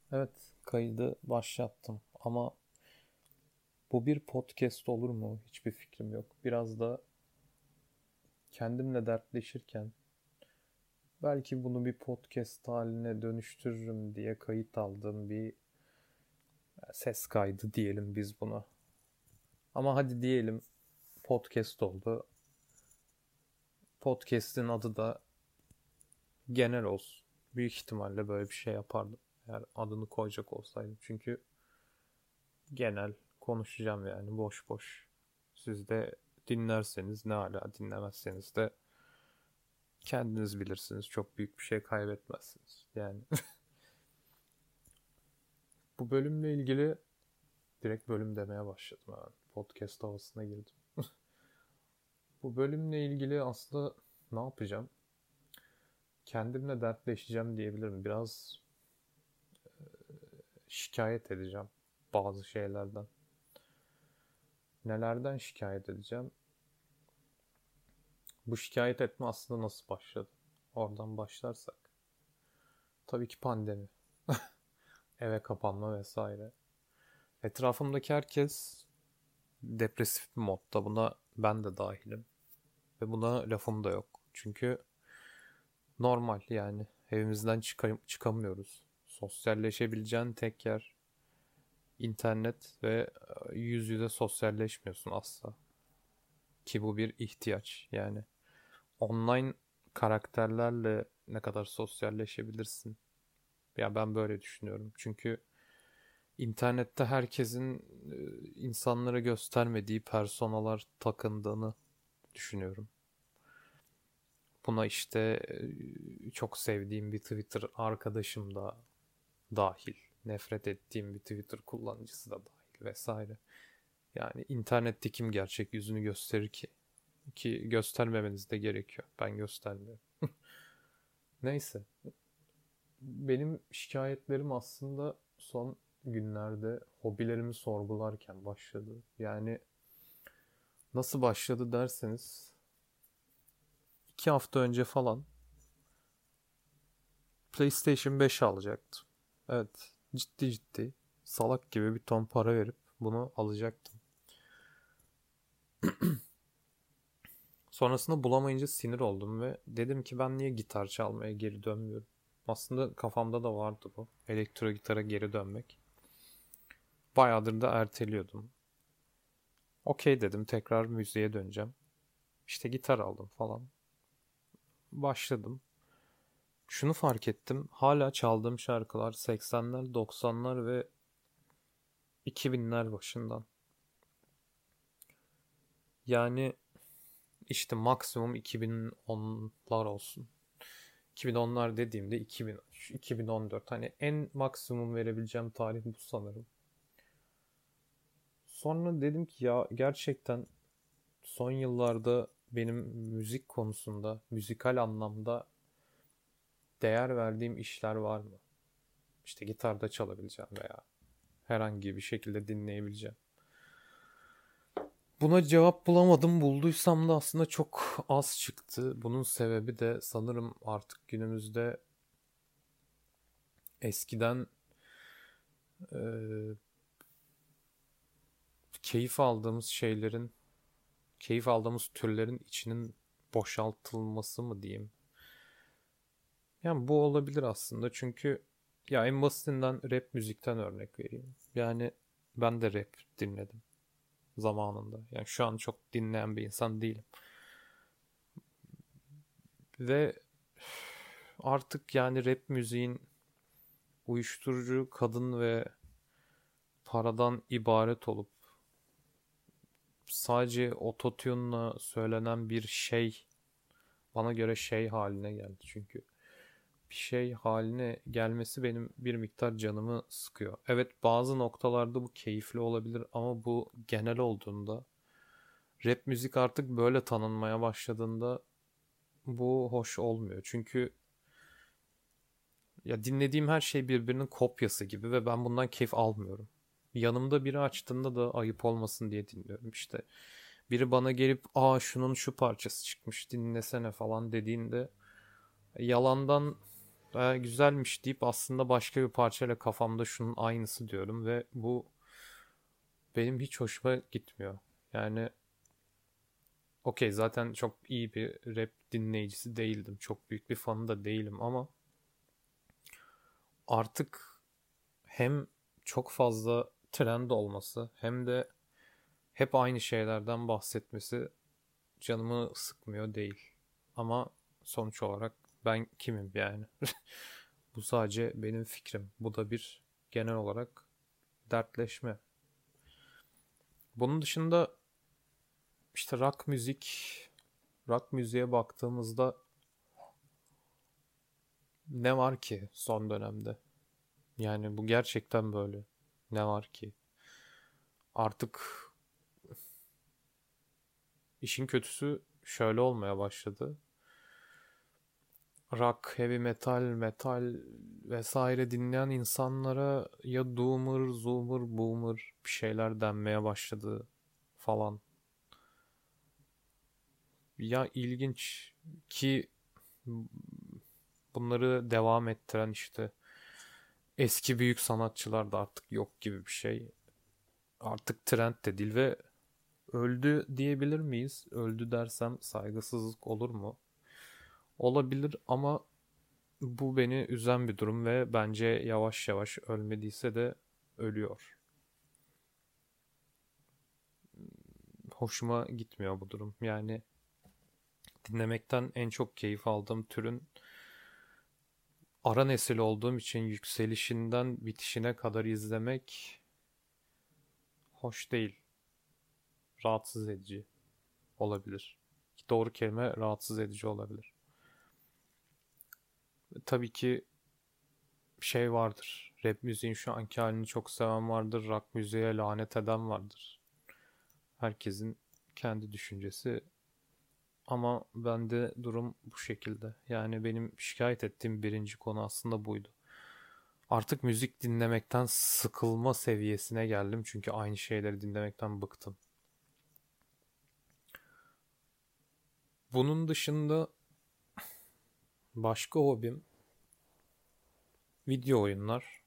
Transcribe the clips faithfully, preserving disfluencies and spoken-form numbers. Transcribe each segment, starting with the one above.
Evet, kaydı başlattım ama bu bir podcast olur mu? Hiçbir fikrim yok. Biraz da kendimle dertleşirken belki bunu bir podcast haline dönüştürürüm diye kayıt aldığım bir ses kaydı diyelim biz buna. Ama hadi diyelim podcast oldu. Podcast'in adı da genel olsun. Büyük ihtimalle böyle bir şey yapardım. Eğer adını koyacak olsaydım. Çünkü genel konuşacağım yani boş boş. Siz de dinlerseniz ne ala, dinlemezseniz de kendiniz bilirsiniz. Çok büyük bir şey kaybetmezsiniz. Yani bu bölümle ilgili direkt bölüm demeye başladım hemen. Podcast havasına girdim. Bu bölümle ilgili aslında ne yapacağım? Kendimle dertleşeceğim diyebilirim. Biraz şikayet edeceğim bazı şeylerden. Nelerden şikayet edeceğim? Bu şikayet etme aslında nasıl başladı? Oradan başlarsak. Tabii ki pandemi. Eve kapanma vesaire. Etrafımdaki herkes depresif bir modda. Buna ben de dahilim. Ve buna lafım da yok. Çünkü normal yani. Evimizden çıkam çıkamıyoruz. Sosyalleşebileceğin tek yer internet ve e, yüz yüze sosyalleşmiyorsun asla. Ki bu bir ihtiyaç. Yani online karakterlerle ne kadar sosyalleşebilirsin? Ya ben böyle düşünüyorum. Çünkü internette herkesin e, insanlara göstermediği personalar takındığını düşünüyorum. Buna işte e, çok sevdiğim bir Twitter arkadaşım da dahil. Nefret ettiğim bir Twitter kullanıcısı da dahil vesaire. Yani internette kim gerçek yüzünü gösterir ki? Ki göstermemeniz de gerekiyor. Ben göstermiyorum. Neyse. Benim şikayetlerim aslında son günlerde hobilerimi sorgularken başladı. Yani nasıl başladı derseniz iki hafta önce falan PlayStation beş alacaktım. Evet, ciddi ciddi salak gibi bir ton para verip bunu alacaktım. Sonrasında bulamayınca sinir oldum ve dedim ki ben niye gitar çalmaya geri dönmüyorum? Aslında kafamda da vardı bu. Elektro gitara geri dönmek. Bayağıdır da erteliyordum. Okey dedim, tekrar müziğe döneceğim. İşte gitar aldım falan. Başladım. Şunu fark ettim. Hala çaldığım şarkılar seksenler, doksanlar ve iki binler başından. Yani işte maksimum iki bin onlar olsun. iki bin onlar dediğimde iki bin üç, iki bin on dört, hani en maksimum verebileceğim tarih bu sanırım. Sonra dedim ki ya gerçekten son yıllarda benim müzik konusunda, müzikal anlamda değer verdiğim işler var mı? İşte gitarda çalabileceğim veya herhangi bir şekilde dinleyebileceğim. Buna cevap bulamadım. Bulduysam da aslında çok az çıktı. Bunun sebebi de sanırım artık günümüzde eskiden e, keyif aldığımız şeylerin, keyif aldığımız türlerin içinin boşaltılması mı diyeyim. Yani bu olabilir aslında çünkü ya en basitinden rap müzikten örnek vereyim. Yani ben de rap dinledim zamanında. Yani şu an çok dinleyen bir insan değilim. Ve artık yani rap müziğin uyuşturucu, kadın ve paradan ibaret olup sadece ototune'la söylenen bir şey bana göre şey haline geldi çünkü. Bir şey haline gelmesi benim bir miktar canımı sıkıyor. Evet, bazı noktalarda bu keyifli olabilir ama bu genel olduğunda, rap müzik artık böyle tanınmaya başladığında bu hoş olmuyor. Çünkü ya dinlediğim her şey birbirinin kopyası gibi ve ben bundan keyif almıyorum. Yanımda biri açtığında da ayıp olmasın diye dinliyorum işte. Biri bana gelip aa şunun şu parçası çıkmış dinlesene falan dediğinde yalandan e, güzelmiş deyip aslında başka bir parçayla kafamda şunun aynısı diyorum ve bu benim hiç hoşuma gitmiyor. Yani okey, zaten çok iyi bir rap dinleyicisi değildim. Çok büyük bir fanı da değilim ama artık hem çok fazla trend olması hem de hep aynı şeylerden bahsetmesi canımı sıkmıyor değil. Ama sonuç olarak ben kimim yani? Bu sadece benim fikrim. Bu da bir genel olarak dertleşme. Bunun dışında işte rock müzik, rock müziğe baktığımızda ne var ki son dönemde? Yani bu gerçekten böyle. Ne var ki? Artık işin kötüsü şöyle olmaya başladı. Rock, heavy metal, metal vesaire dinleyen insanlara ya doomer, zoomer, boomer bir şeyler denmeye başladı falan. Ya ilginç ki bunları devam ettiren işte eski büyük sanatçılar da artık yok gibi bir şey. Artık trend de değil ve öldü diyebilir miyiz? Öldü dersem saygısızlık olur mu? Olabilir ama bu beni üzen bir durum ve bence yavaş yavaş ölmediyse de ölüyor. Hoşuma gitmiyor bu durum. Yani dinlemekten en çok keyif aldığım türün ara nesil olduğum için yükselişinden bitişine kadar izlemek hoş değil. Rahatsız edici olabilir. Doğru kelime rahatsız edici olabilir. Tabii ki şey vardır. Rap müziğin şu anki halini çok seven vardır. Rock müziğe lanet eden vardır. Herkesin kendi düşüncesi. Ama bende durum bu şekilde. Yani benim şikayet ettiğim birinci konu aslında buydu. Artık müzik dinlemekten sıkılma seviyesine geldim. Çünkü aynı şeyleri dinlemekten bıktım. Bunun dışında başka hobim video oyunlar.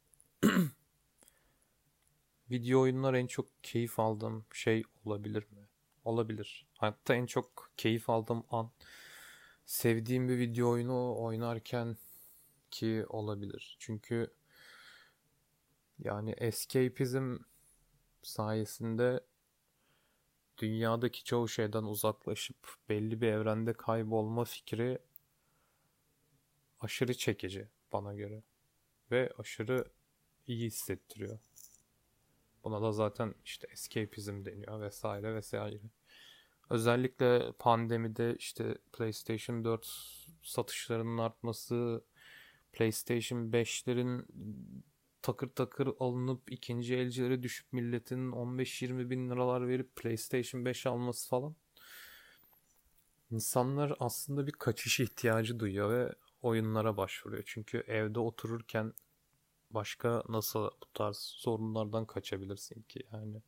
Video oyunlar en çok keyif aldığım şey olabilir mi? Olabilir. Hatta en çok keyif aldığım an sevdiğim bir video oyunu oynarken ki olabilir. Çünkü yani escapism sayesinde dünyadaki çoğu şeyden uzaklaşıp belli bir evrende kaybolma fikri aşırı çekici bana göre ve aşırı iyi hissettiriyor. Buna da zaten işte escapism deniyor vesaire vesaire. Özellikle pandemide işte PlayStation dört satışlarının artması, PlayStation beşlerin takır takır alınıp ikinci elcileri düşüp milletin on beş yirmi bin liralar verip PlayStation beş alması falan. İnsanlar aslında bir kaçış ihtiyacı duyuyor ve oyunlara başvuruyor. Çünkü evde otururken başka nasıl bu tarz sorunlardan kaçabilirsin ki? Yani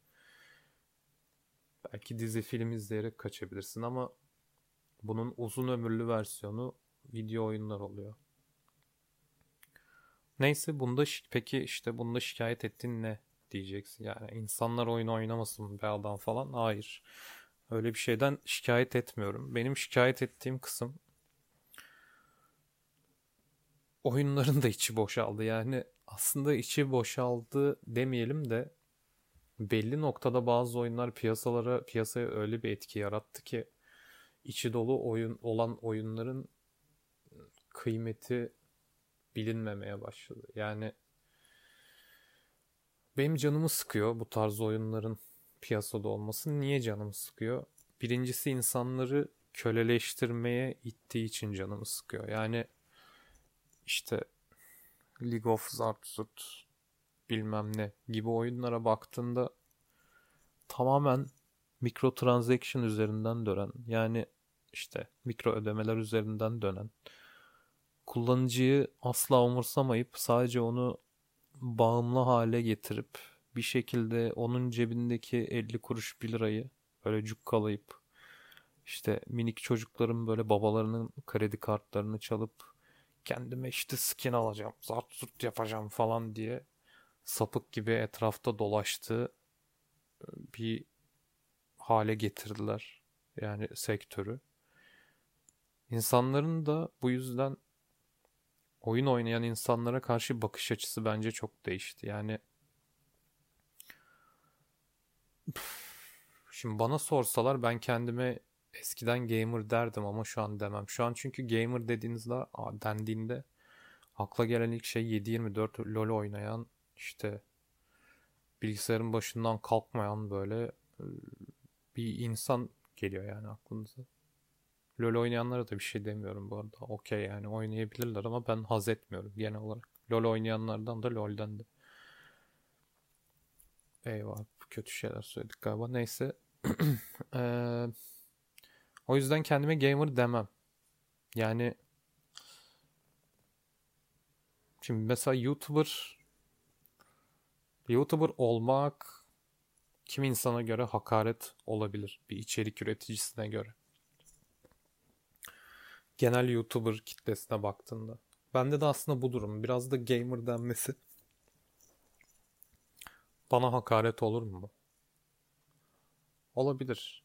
belki dizi film izleyerek kaçabilirsin ama bunun uzun ömürlü versiyonu video oyunlar oluyor. Neyse bunda peki işte bunda şikayet ettin ne diyeceksin. Yani insanlar oyun oynamasın be adam falan. Hayır. Öyle bir şeyden şikayet etmiyorum. Benim şikayet ettiğim kısım oyunların da içi boşaldı. Yani aslında içi boşaldı demeyelim de belli noktada bazı oyunlar piyasalara piyasaya öyle bir etki yarattı ki içi dolu oyun olan oyunların kıymeti bilinmemeye başladı. Yani benim canımı sıkıyor bu tarz oyunların piyasada olması. Niye canımı sıkıyor? Birincisi insanları köleleştirmeye ittiği için canımı sıkıyor. Yani işte League of Legends bilmem ne gibi oyunlara baktığında tamamen mikrotransaction üzerinden dönen yani işte mikro ödemeler üzerinden dönen kullanıcıyı asla umursamayıp sadece onu bağımlı hale getirip bir şekilde onun cebindeki elli kuruş bir lirayı böyle cukkalayıp işte minik çocukların böyle babalarının kredi kartlarını çalıp kendime işte skin alacağım, zart zurt yapacağım falan diye sapık gibi etrafta dolaştığı bir hale getirdiler. Yani sektörü. İnsanların da bu yüzden oyun oynayan insanlara karşı bakış açısı bence çok değişti. Yani şimdi bana sorsalar ben kendime eskiden gamer derdim ama şu an demem. Şu an çünkü gamer dediğinizde dendiğinde akla gelen ilk şey yedi yirmi dört LoL oynayan, işte bilgisayarın başından kalkmayan böyle e, bir insan geliyor yani aklınıza. LoL oynayanlara da bir şey demiyorum bu arada. Okey, yani oynayabilirler ama ben haz etmiyorum genel olarak. LoL oynayanlardan da LoL'den de. Eyvah, kötü şeyler söyledik galiba. Neyse. Eee, o yüzden kendime gamer demem. Yani şimdi mesela YouTuber YouTuber olmak kim insana göre hakaret olabilir. Bir içerik üreticisine göre. Genel YouTuber kitlesine baktığında. Bende de aslında bu durum. Biraz da gamer denmesi bana hakaret olur mu? Olabilir.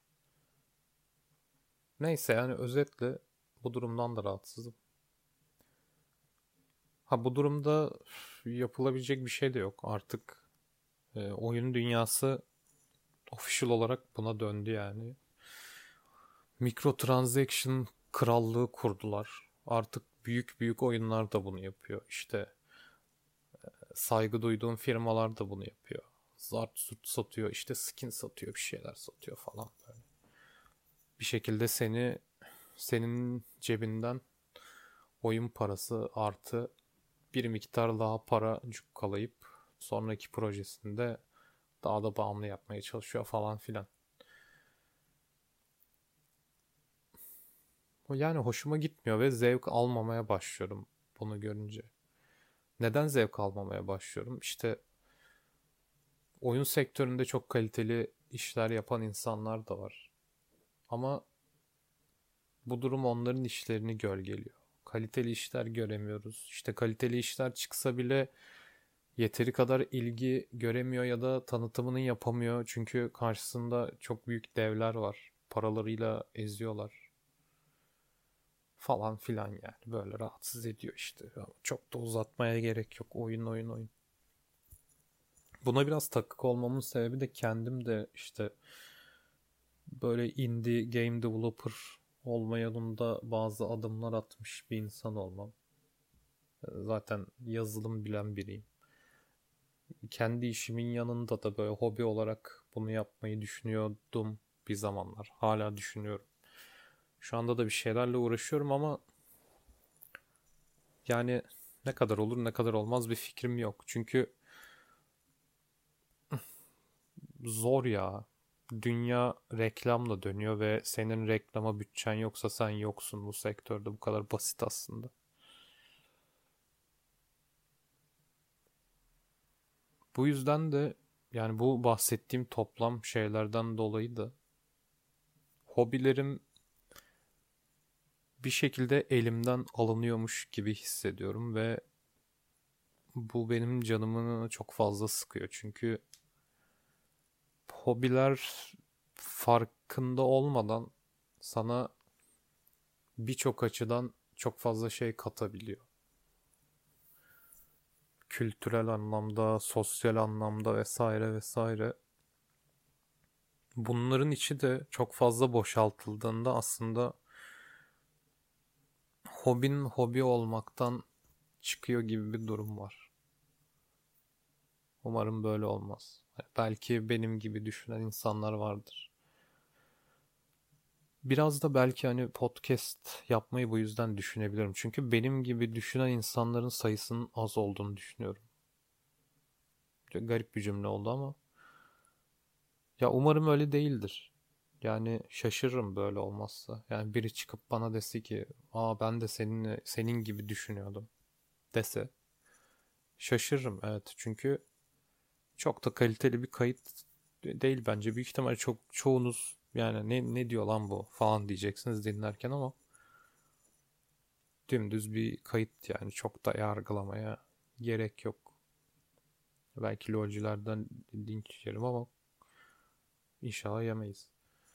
Neyse, yani özetle bu durumdan da rahatsızım. Ha, bu durumda yapılabilecek bir şey de yok. Artık e, oyun dünyası official olarak buna döndü yani. Microtransaction krallığı kurdular. Artık büyük büyük oyunlar da bunu yapıyor. İşte saygı duyduğum firmalar da bunu yapıyor. Zart surt satıyor, işte skin satıyor, bir şeyler satıyor falan böyle. Bir şekilde seni senin cebinden oyun parası artı bir miktar daha para cukkalayıp sonraki projesinde daha da bağımlı yapmaya çalışıyor falan filan. Yani hoşuma gitmiyor ve zevk almamaya başlıyorum bunu görünce. Neden zevk almamaya başlıyorum? İşte oyun sektöründe çok kaliteli işler yapan insanlar da var. Ama bu durum onların işlerini gölgeliyor. Kaliteli işler göremiyoruz. İşte kaliteli işler çıksa bile yeteri kadar ilgi göremiyor ya da tanıtımını yapamıyor. Çünkü karşısında çok büyük devler var. Paralarıyla eziyorlar falan filan yani. Böyle rahatsız ediyor işte. Ama çok da uzatmaya gerek yok. Oyun oyun oyun. Buna biraz takık olmamın sebebi de kendim de işte böyle indie game developer olma yolunda bazı adımlar atmış bir insan olmam. Zaten yazılım bilen biriyim. Kendi işimin yanında da böyle hobi olarak bunu yapmayı düşünüyordum bir zamanlar. Hala düşünüyorum. Şu anda da bir şeylerle uğraşıyorum ama yani ne kadar olur ne kadar olmaz bir fikrim yok. Çünkü zor ya. Dünya reklamla dönüyor ve senin reklama bütçen yoksa sen yoksun bu sektörde. Bu kadar basit aslında. Bu yüzden de yani bu bahsettiğim toplam şeylerden dolayı da hobilerim bir şekilde elimden alınıyormuş gibi hissediyorum ve bu benim canımı çok fazla sıkıyor. Çünkü hobiler farkında olmadan sana birçok açıdan çok fazla şey katabiliyor. Kültürel anlamda, sosyal anlamda vesaire vesaire. Bunların içi de çok fazla boşaltıldığında aslında hobin hobi olmaktan çıkıyor gibi bir durum var. Umarım böyle olmaz. Belki benim gibi düşünen insanlar vardır. Biraz da belki hani podcast yapmayı bu yüzden düşünebilirim. Çünkü benim gibi düşünen insanların sayısının az olduğunu düşünüyorum. Çok garip bir cümle oldu ama. Ya umarım öyle değildir. Yani şaşırırım böyle olmazsa. Yani biri çıkıp bana dese ki, "Aa, ben de seninle senin gibi düşünüyordum." dese şaşırırım, evet. Çünkü çok da kaliteli bir kayıt değil bence. Büyük ihtimal çok çoğunuz yani ne ne diyor lan bu falan diyeceksiniz dinlerken ama Dümdüz bir kayıt yani, çok da yargılamaya gerek yok. Belki lolculardan linç yerim ama inşallah yemeyiz.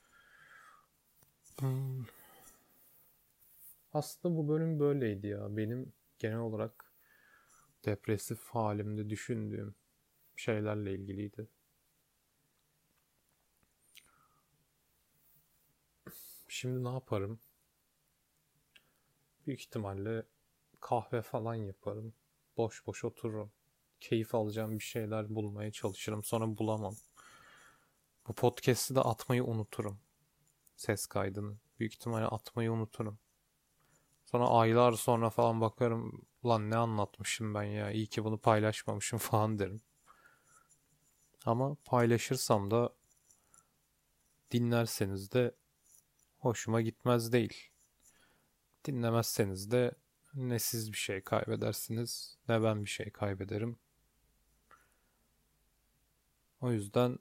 Hmm. Aslında bu bölüm böyleydi ya. Benim genel olarak depresif halimde düşündüğüm şeylerle ilgiliydi. Şimdi ne yaparım? Büyük ihtimalle kahve falan yaparım. Boş boş otururum. Keyif alacağım bir şeyler bulmaya çalışırım. Sonra bulamam. Bu podcast'i de atmayı unuturum. Ses kaydını. Büyük ihtimalle atmayı unuturum. Sonra aylar sonra falan bakarım. Lan ne anlatmışım ben ya. İyi ki bunu paylaşmamışım falan derim. Ama paylaşırsam da dinlerseniz de hoşuma gitmez değil. Dinlemezseniz de ne siz bir şey kaybedersiniz ne ben bir şey kaybederim. O yüzden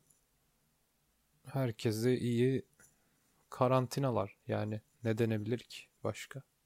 herkese iyi karantinalar. Yani ne denebilir ki başka?